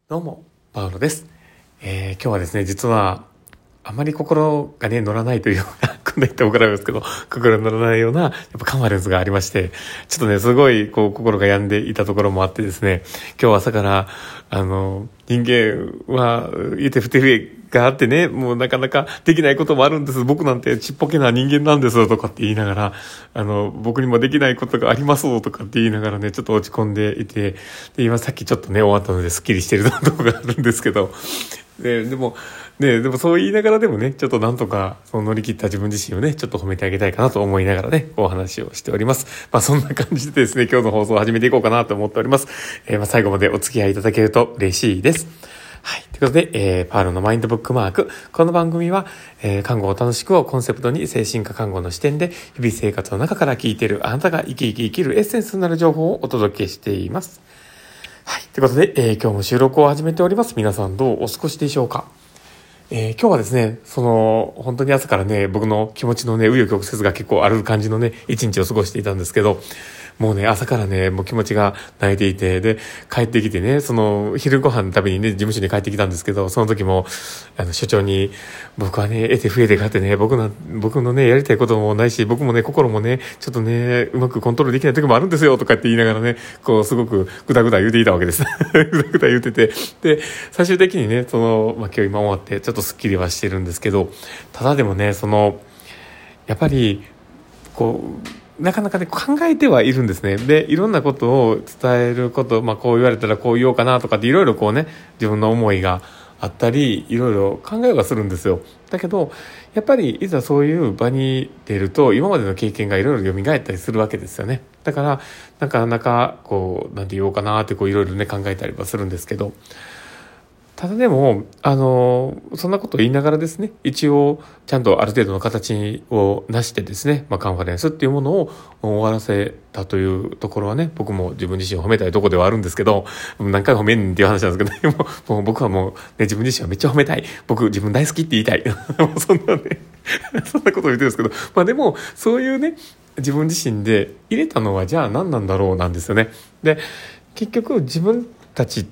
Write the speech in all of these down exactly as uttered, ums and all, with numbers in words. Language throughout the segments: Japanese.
どうも、パウロです。えー、今日はですね、実は、あまり心がね、乗らないというような、こんな言って怒られますけど、心が乗らないような、やっぱカンファレンスがありまして、ちょっとね、すごい、こう、心が病んでいたところもあってですね、今日朝から、あの、人間は、言って不手触があってね、もうなかなかできないこともあるんです。僕なんてちっぽけな人間なんです、とかって言いながら、あの、僕にもできないことがあります、とかって言いながらね、ちょっと落ち込んでいて、で、今さっきちょっとね、終わったので、スッキリしてるところがあるんですけど、で、でも、ね、でもそう言いながらでもね、ちょっとなんとか、その乗り切った自分自身をね、ちょっと褒めてあげたいかなと思いながらね、お話をしております。まあそんな感じでですね、今日の放送を始めていこうかなと思っております。えー、まあ最後までお付き合いいただけると嬉しいです。はい。ということで、えー、パールのマインドブックマーク。この番組は、えー、看護を楽しくをコンセプトに精神科看護の視点で、日々生活の中から聞いているあなたが生き生き生きるエッセンスになる情報をお届けしています。はい。ということで、えー、今日も収録を始めております。皆さんどうお過ごしでしょうか？えー、今日はですね、その、本当に朝からね、僕の気持ちのね、紆余曲折が結構ある感じのね、一日を過ごしていたんですけど、もうね、朝からね、もう気持ちが泣いていて、で、帰ってきてね、その、昼ご飯のためにね、事務所に帰ってきたんですけど、その時も、あの、所長に、僕はね、得て増えて買ってね、僕の、僕のね、やりたいこともないし、僕もね、心もね、ちょっとね、うまくコントロールできない時もあるんですよ、とかって言いながらね、こう、すごくぐだぐだ言うていたわけです。ぐだぐだ言うてて、で、最終的にね、その、まあ、今日今終わって、ちょっとスッキリはしてるんですけど、ただでもね、その、やっぱり、こう、なかなかね、考えてはいるんですね。で、いろんなことを伝えること、まあ、こう言われたらこう言おうかなとかっていろいろこうね、自分の思いがあったり、いろいろ考えはするんですよ。だけど、やっぱりいざそういう場に出ると、今までの経験がいろいろ蘇ったりするわけですよね。だから、なかなか、こう、なんて言おうかなってこういろいろね、考えたりはするんですけど、ただでも、あの、そんなことを言いながらですね、一応、ちゃんとある程度の形をなしてですね、まあ、カンファレンスっていうものを終わらせたというところはね、僕も自分自身を褒めたいところではあるんですけど、何回褒めんっていう話なんですけどね、もうもう僕はもう、ね、自分自身はめっちゃ褒めたい。僕、自分大好きって言いたい。もうそんなね、そんなことを言ってるんですけど、まあでも、そういうね、自分自身で入れたのはじゃあ何なんだろうなんですよね。で、結局自分たちって、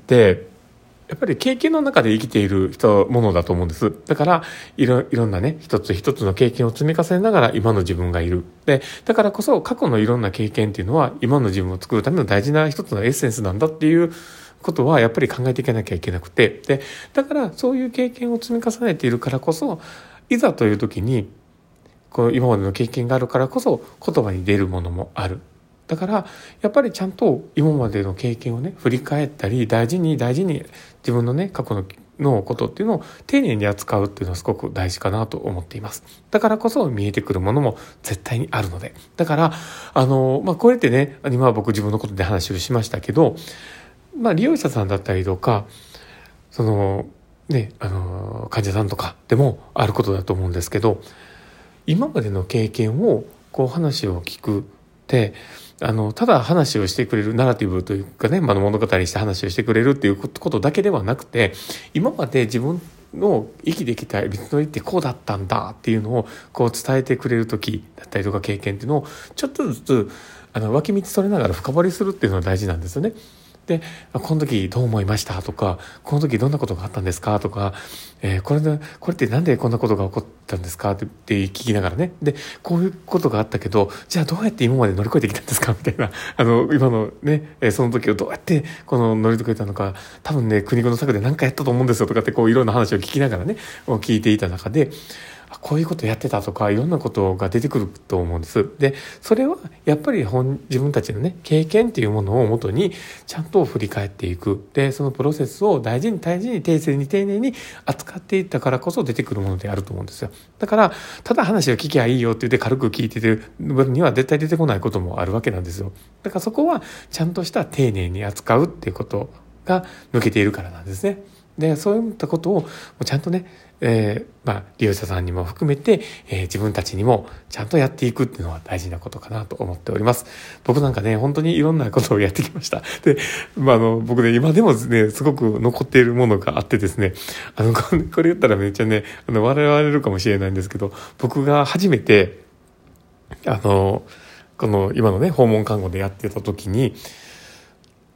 やっぱり経験の中で生きている人、ものだと思うんです。だから、いろ、いろんなね、一つ一つの経験を積み重ねながら今の自分がいる。で、だからこそ過去のいろんな経験っていうのは今の自分を作るための大事な一つのエッセンスなんだっていうことはやっぱり考えていかなきゃいけなくて。で、だからそういう経験を積み重ねているからこそ、いざという時に、この今までの経験があるからこそ言葉に出るものもある。だからやっぱりちゃんと今までの経験をね振り返ったり大事に大事に自分のね過去ののことっていうのを丁寧に扱うっていうのはすごく大事かなと思っています。だからこそ見えてくるものも絶対にあるので。だからあのまあこうやってね今は僕自分のことで話をしましたけど、まあ利用者さんだったりとかそのねあの患者さんとかでもあることだと思うんですけど、今までの経験をこう話を聞くってあのただ話をしてくれるナラティブというかね、まあ、物語にして話をしてくれるっていうことだけではなくて、今まで自分の生きてきた道のりってこうだったんだっていうのをこう伝えてくれる時だったりとか経験っていうのをちょっとずつあの脇道それながら深掘りするっていうのが大事なんですよね。で、この時どう思いましたとか、この時どんなことがあったんですかとか、えー、これで、これってなんでこんなことが起こったんですかってって聞きながらね。で、こういうことがあったけど、じゃあどうやって今まで乗り越えてきたんですかみたいな。あの、今のね、えー、その時をどうやってこの乗り越えたのか、多分ね、国語の策で何かやったと思うんですよとかってこういろんな話を聞きながらね、聞いていた中で、こういうことやってたとかいろんなことが出てくると思うんです。で、それはやっぱり本自分たちのね経験っていうものをもとにちゃんと振り返っていく。で、そのプロセスを大事に大事に丁寧に丁寧に扱っていったからこそ出てくるものであると思うんですよ。だからただ話を聞きゃいいよって言って軽く聞いてる分には絶対出てこないこともあるわけなんですよ。だからそこはちゃんとした丁寧に扱うっていうことが抜けているからなんですね。で、そういったことをちゃんとね、えー、まあ、利用者さんにも含めて、えー、自分たちにもちゃんとやっていくっていうのは大事なことかなと思っております。僕なんかね、本当にいろんなことをやってきました。で、まあ、あの、僕ね、今でもね、すごく残っているものがあってですね、あの、これ、これ言ったらめっちゃね、あの、笑われるかもしれないんですけど、僕が初めて、あの、この今のね、訪問看護でやってた時に、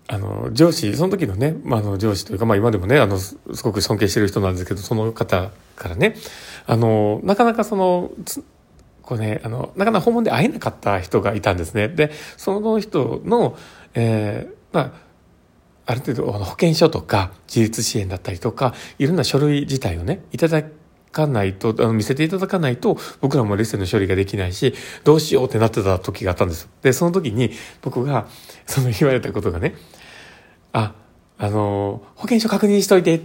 あの、上司、その時のね、まあ、あの、上司というか、まあ、今でもね、あの、すすごく尊敬してる人なんですけど、その方からね、あの、なかなかその、つこうね、あの、なかなか訪問で会えなかった人がいたんですね。で、その人の、えー、まあ、ある程度、あの保険証とか、自立支援だったりとか、いろんな書類自体をね、いただかないと、あの見せていただかないと、僕らもレッスンの処理ができないし、どうしようってなってた時があったんです。で、その時に、僕が、その言われたことがね、あ、あの、保険証確認しといてって、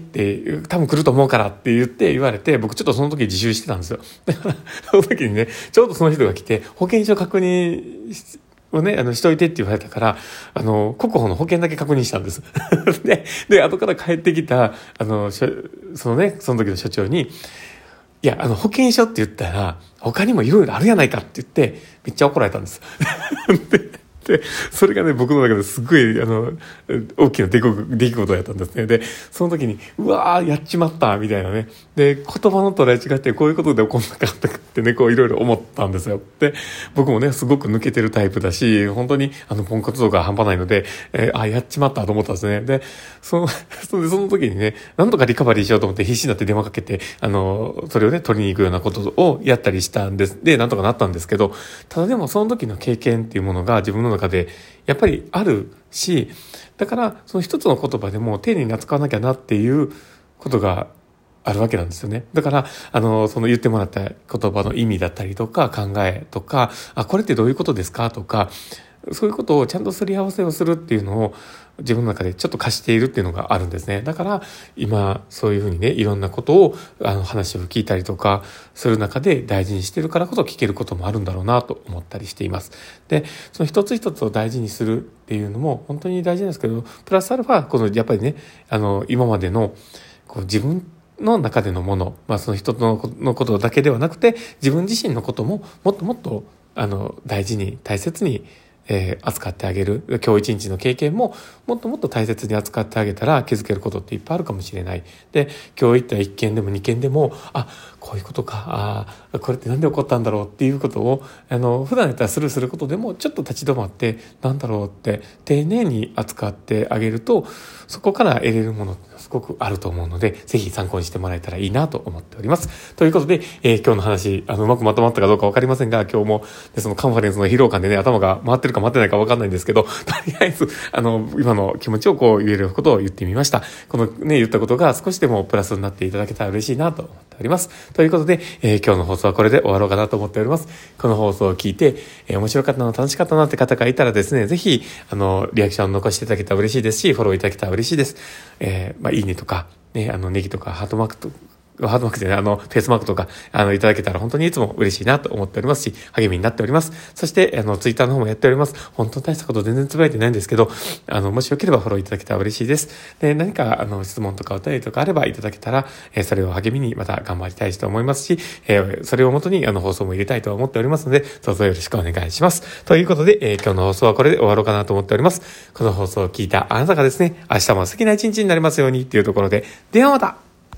多分来ると思うからって言って言われて、僕ちょっとその時自習してたんですよ。だから、その時にね、ちょうどその人が来て、保険証確認し、をね、あの、しといてって言われたから、あの、国保の保険だけ確認したんです。で、で、後から帰ってきた、あの、そのね、その時の所長に、いや、あの、保険証って言ったら、他にもいろいろあるやないかって言って、めっちゃ怒られたんです。でで、それがね、僕の中ですごい、あの、大きな出来事やったんですね。で、その時に、うわー、やっちまった、みたいなね。で、言葉の捉え違ってこういうことで起こんなかったかってね、こういろいろ思ったんですよ。で、僕もね、すごく抜けてるタイプだし、本当に、あの、ポンコツ度が半端ないので、えー、あ、やっちまったと思ったんですね。で、その、そのその時にね、なんとかリカバリーしようと思って必死になって電話かけて、あの、それをね、取りに行くようなことをやったりしたんです。で、なんとかなったんですけど、ただでもその時の経験っていうものが自分の中でやっぱりあるし、だからその一つの言葉でも丁寧に扱わなきゃなっていうことがあるわけなんですよね。だから、あの、その言ってもらった言葉の意味だったりとか考えとか、あ、これってどういうことですかとか、そういうことをちゃんとすり合わせをするっていうのを自分の中でちょっと貸しているっていうのがあるんですね。だから今そういうふうにね、いろんなことをあの話を聞いたりとかする中で大事にしてるからこそ聞けることもあるんだろうなと思ったりしています。で、その一つ一つを大事にするっていうのも本当に大事なんですけど、プラスアルファこのやっぱりね、あの今までのこう自分の中でのもの、まあその人のことだけではなくて自分自身のことももっともっとあの大事に大切にえー、扱ってあげる。今日一日の経験ももっともっと大切に扱ってあげたら気づけることっていっぱいあるかもしれない。で、今日言った一件でも二件でも、あ、こういうことか、あ、これってなんで起こったんだろうっていうことを、あの、普段やったらスルーすることでもちょっと立ち止まって、なんだろうって丁寧に扱ってあげると、そこから得れるものってすごくあると思うので、ぜひ参考にしてもらえたらいいなと思っております。ということで、えー、今日の話、あの、うまくまとまったかどうかわかりませんが、今日も、でそのカンファレンスの疲労感でね、頭が回ってるか回ってないかわかんないんですけど、とりあえず、あの、今の気持ちをこう言えることを言ってみました。このね、言ったことが少しでもプラスになっていただけたら嬉しいなと思っております。ということで、えー、今日の放送はこれで終わろうかなと思っております。この放送を聞いて、えー、面白かったな、楽しかったなって方がいたらですね、ぜひ、あの、リアクションを残していただけたら嬉しいですし、フォローいただけたら嬉しいです。えー、まあ、いいねとか、ね、あの、ネギとかハートマークとか、ハートマークじゃない、あの、フェイスマークとか、あの、いただけたら本当にいつも嬉しいなと思っておりますし、励みになっております。そして、あの、ツイッターの方もやっております。本当に大したこと全然つぶやいてないんですけど、あの、もしよければフォローいただけたら嬉しいです。で、何か、あの、質問とかお便りとかあればいただけたら、えー、それを励みにまた頑張りたいと思いますし、えー、それをもとに、あの、放送も入れたいと思っておりますので、どうぞよろしくお願いします。ということで、えー、今日の放送はこれで終わろうかなと思っております。この放送を聞いたあなたがですね、明日も素敵な一日になりますようにっていうところで、ではまた